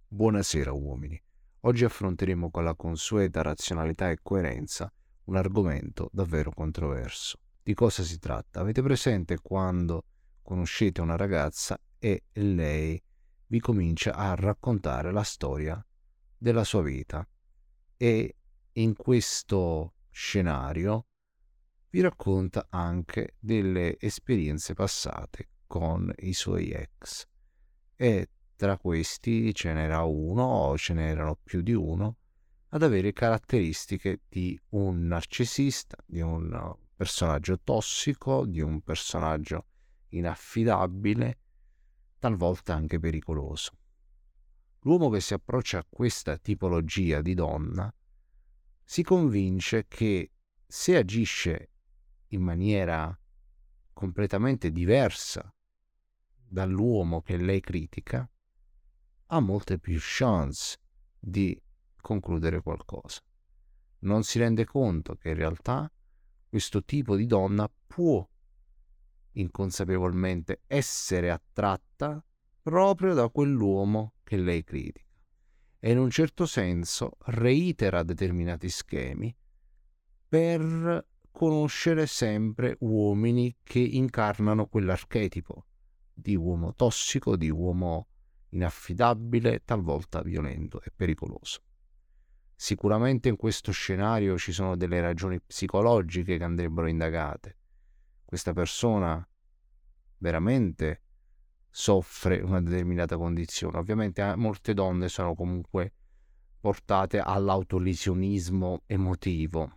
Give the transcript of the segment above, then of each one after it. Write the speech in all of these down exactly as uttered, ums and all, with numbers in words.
Buonasera uomini, oggi affronteremo con la consueta razionalità e coerenza un argomento davvero controverso. Di cosa si tratta? Avete presente quando conoscete una ragazza e lei vi comincia a raccontare la storia della sua vita e in questo scenario vi racconta anche delle esperienze passate con i suoi ex e tra questi ce n'era uno o ce n'erano più di uno ad avere caratteristiche di un narcisista, di un personaggio tossico, di un personaggio inaffidabile, talvolta anche pericoloso. L'uomo che si approccia a questa tipologia di donna si convince che se agisce in maniera completamente diversa dall'uomo che lei critica, ha molte più chance di concludere qualcosa. Non si rende conto che in realtà questo tipo di donna può inconsapevolmente essere attratta proprio da quell'uomo che lei critica e in un certo senso reitera determinati schemi per conoscere sempre uomini che incarnano quell'archetipo di uomo tossico, di uomo inaffidabile, talvolta violento e pericoloso. Sicuramente in questo scenario ci sono delle ragioni psicologiche che andrebbero indagate. Questa persona veramente soffre una determinata condizione. Ovviamente molte donne sono comunque portate all'autolesionismo emotivo.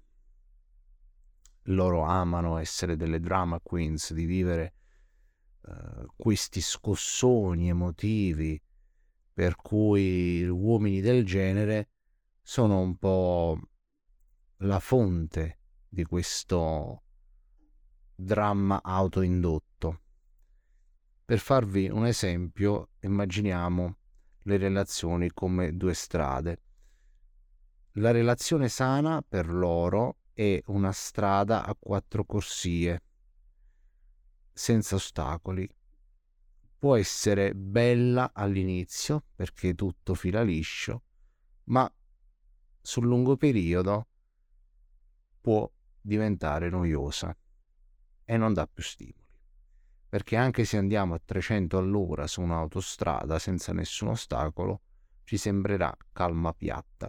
Loro amano essere delle drama queens, di vivere uh, questi scossoni emotivi, per cui uomini del genere sono un po' la fonte di questo dramma autoindotto. Per farvi un esempio, immaginiamo le relazioni come due strade. La relazione sana per loro è una strada a quattro corsie, senza ostacoli. Può essere bella all'inizio perché tutto fila liscio, ma sul lungo periodo può diventare noiosa e non dà più stimoli. Perché anche se andiamo a trecento all'ora su un'autostrada senza nessun ostacolo, ci sembrerà calma piatta.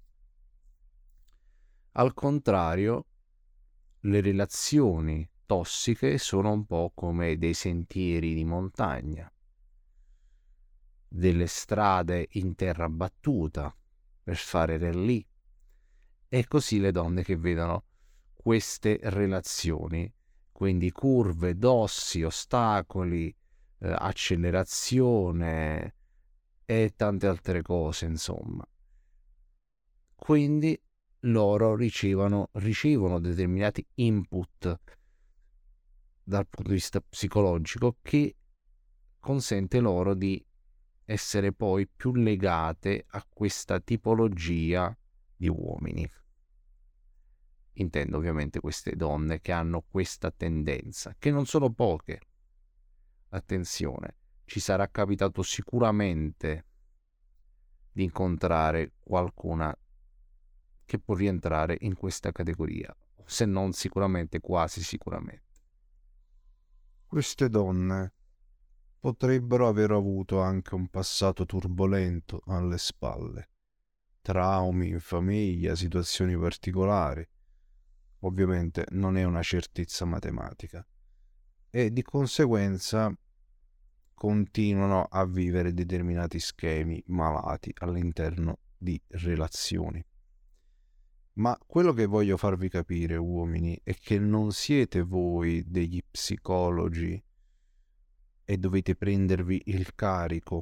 Al contrario, le relazioni tossiche sono un po' come dei sentieri di montagna, delle strade in terra battuta per fare rallye, e così le donne che vedono queste relazioni, quindi curve, dossi, ostacoli, eh, accelerazione e tante altre cose, insomma. Quindi loro ricevono, ricevono determinati input dal punto di vista psicologico che consente loro di essere poi più legate a questa tipologia di uomini. Intendo ovviamente queste donne che hanno questa tendenza, che non sono poche. Attenzione, ci sarà capitato sicuramente di incontrare qualcuna che può rientrare in questa categoria, se non sicuramente, quasi sicuramente. Queste donne potrebbero aver avuto anche un passato turbolento alle spalle, traumi in famiglia, situazioni particolari. Ovviamente non è una certezza matematica e di conseguenza continuano a vivere determinati schemi malati all'interno di relazioni. Ma quello che voglio farvi capire, uomini, è che non siete voi degli psicologi e dovete prendervi il carico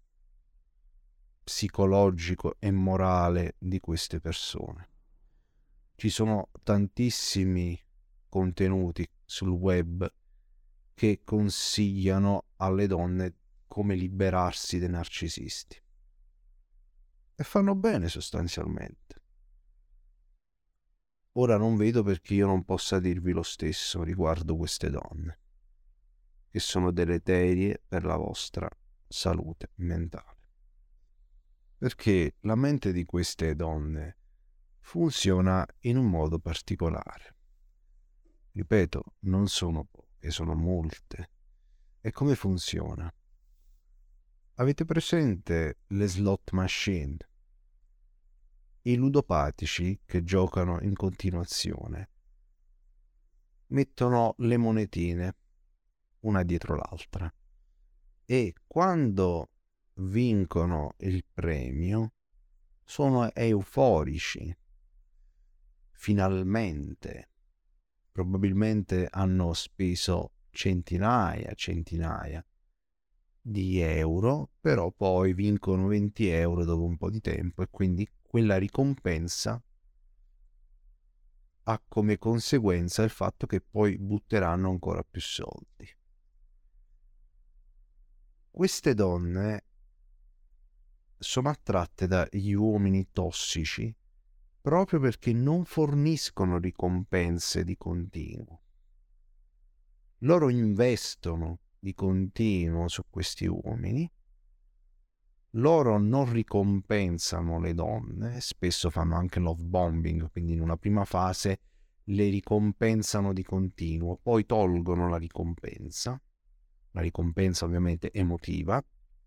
psicologico e morale di queste persone. Ci sono tantissimi contenuti sul web che consigliano alle donne come liberarsi dai narcisisti. E fanno bene sostanzialmente. Ora non vedo perché io non possa dirvi lo stesso riguardo queste donne, che sono deleterie per la vostra salute mentale. Perché la mente di queste donne funziona in un modo particolare. Ripeto, non sono poche, sono molte. E come funziona? Avete presente le slot machine? I ludopatici che giocano in continuazione mettono le monetine una dietro l'altra e quando vincono il premio sono euforici. Finalmente, probabilmente hanno speso centinaia, centinaia di euro, però poi vincono venti euro dopo un po' di tempo e quindi quella ricompensa ha come conseguenza il fatto che poi butteranno ancora più soldi. Queste donne sono attratte dagli uomini tossici proprio perché non forniscono ricompense di continuo. Loro investono di continuo su questi uomini, loro non ricompensano le donne, spesso fanno anche love bombing, quindi in una prima fase le ricompensano di continuo, poi tolgono la ricompensa, la ricompensa ovviamente emotiva,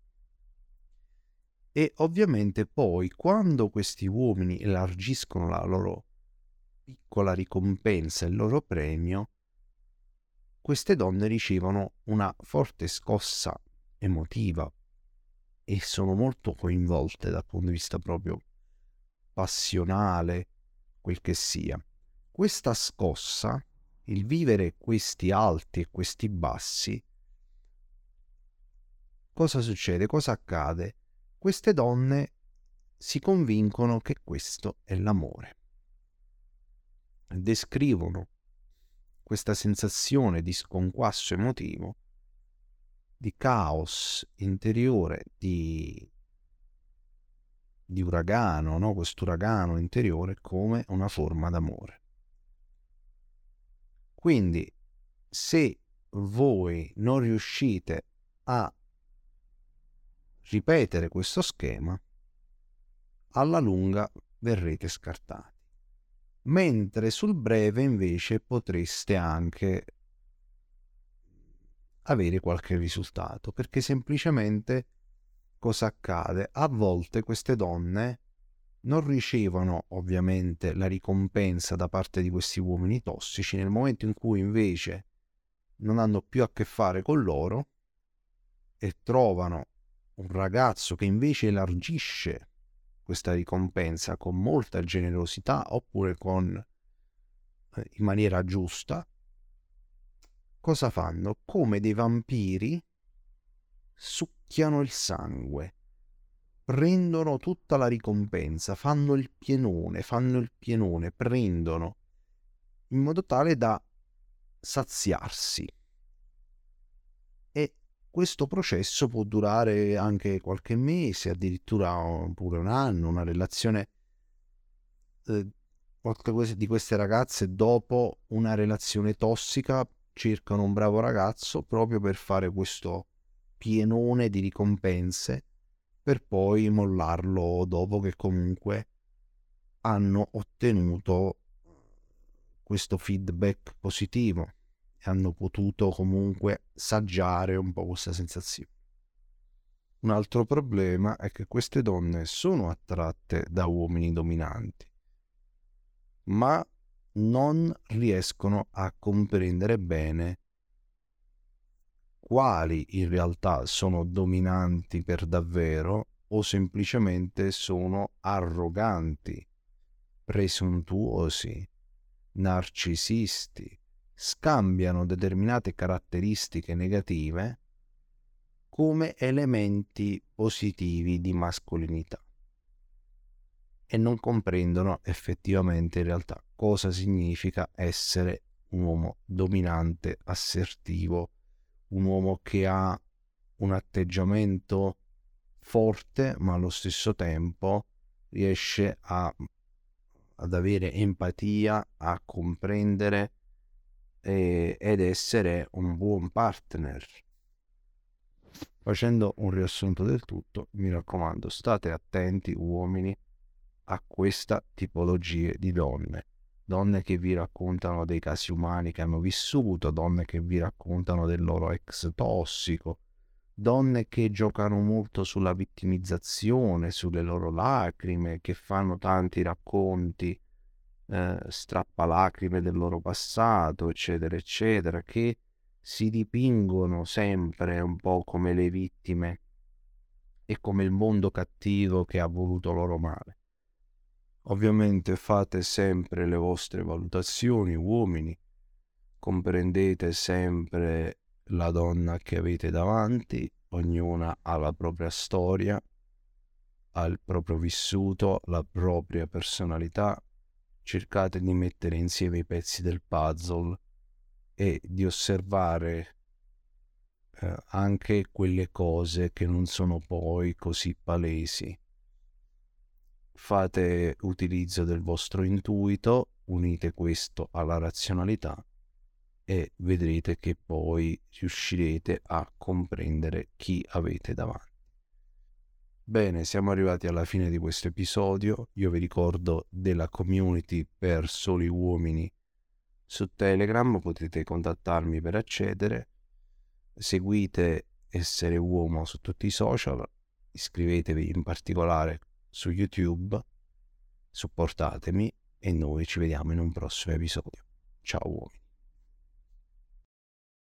e ovviamente poi quando questi uomini elargiscono la loro piccola ricompensa, il loro premio, queste donne ricevono una forte scossa emotiva e sono molto coinvolte dal punto di vista proprio passionale, quel che sia. Questa scossa, il vivere questi alti e questi bassi, cosa succede? Cosa accade? Queste donne si convincono che questo è l'amore. Descrivono questa sensazione di sconquasso emotivo, di caos interiore, di, di uragano, no? Questo uragano interiore come una forma d'amore. Quindi, se voi non riuscite a ripetere questo schema, alla lunga verrete scartati. Mentre sul breve invece potreste anche avere qualche risultato, perché semplicemente cosa accade? A volte queste donne non ricevono ovviamente la ricompensa da parte di questi uomini tossici, nel momento in cui invece non hanno più a che fare con loro e trovano un ragazzo che invece elargisce questa ricompensa con molta generosità oppure con eh, in maniera giusta, cosa fanno? Come dei vampiri succhiano il sangue, prendono tutta la ricompensa, fanno il pienone, fanno il pienone, prendono in modo tale da saziarsi. E questo processo può durare anche qualche mese, addirittura pure un anno, una relazione eh, molte di queste ragazze dopo una relazione tossica cercano un bravo ragazzo proprio per fare questo pienone di ricompense per poi mollarlo dopo che comunque hanno ottenuto questo feedback positivo e hanno potuto comunque saggiare un po' questa sensazione. Un altro problema è che queste donne sono attratte da uomini dominanti, ma non riescono a comprendere bene quali in realtà sono dominanti per davvero o semplicemente sono arroganti, presuntuosi, narcisisti, scambiano determinate caratteristiche negative come elementi positivi di mascolinità e non comprendono effettivamente in realtà cosa significa essere un uomo dominante, assertivo, un uomo che ha un atteggiamento forte ma allo stesso tempo riesce a, ad avere empatia, a comprendere eh, ed essere un buon partner. Facendo un riassunto del tutto, mi raccomando, state attenti uomini a questa tipologia di donne. Donne che vi raccontano dei casi umani che hanno vissuto, donne che vi raccontano del loro ex tossico, donne che giocano molto sulla vittimizzazione, sulle loro lacrime, che fanno tanti racconti eh, strappalacrime del loro passato, eccetera, eccetera, che si dipingono sempre un po' come le vittime e come il mondo cattivo che ha voluto loro male. Ovviamente fate sempre le vostre valutazioni, uomini, comprendete sempre la donna che avete davanti, ognuna ha la propria storia, ha il proprio vissuto, la propria personalità. Cercate di mettere insieme i pezzi del puzzle e di osservare eh, anche quelle cose che non sono poi così palesi. Fate utilizzo del vostro intuito, unite questo alla razionalità e vedrete che poi riuscirete a comprendere chi avete davanti. Bene, siamo arrivati alla fine di questo episodio. Io vi ricordo della community per soli uomini su Telegram, potete contattarmi per accedere. Seguite Essere Uomo su tutti i social, iscrivetevi in particolare su YouTube, supportatemi e noi ci vediamo in un prossimo episodio. Ciao uomini.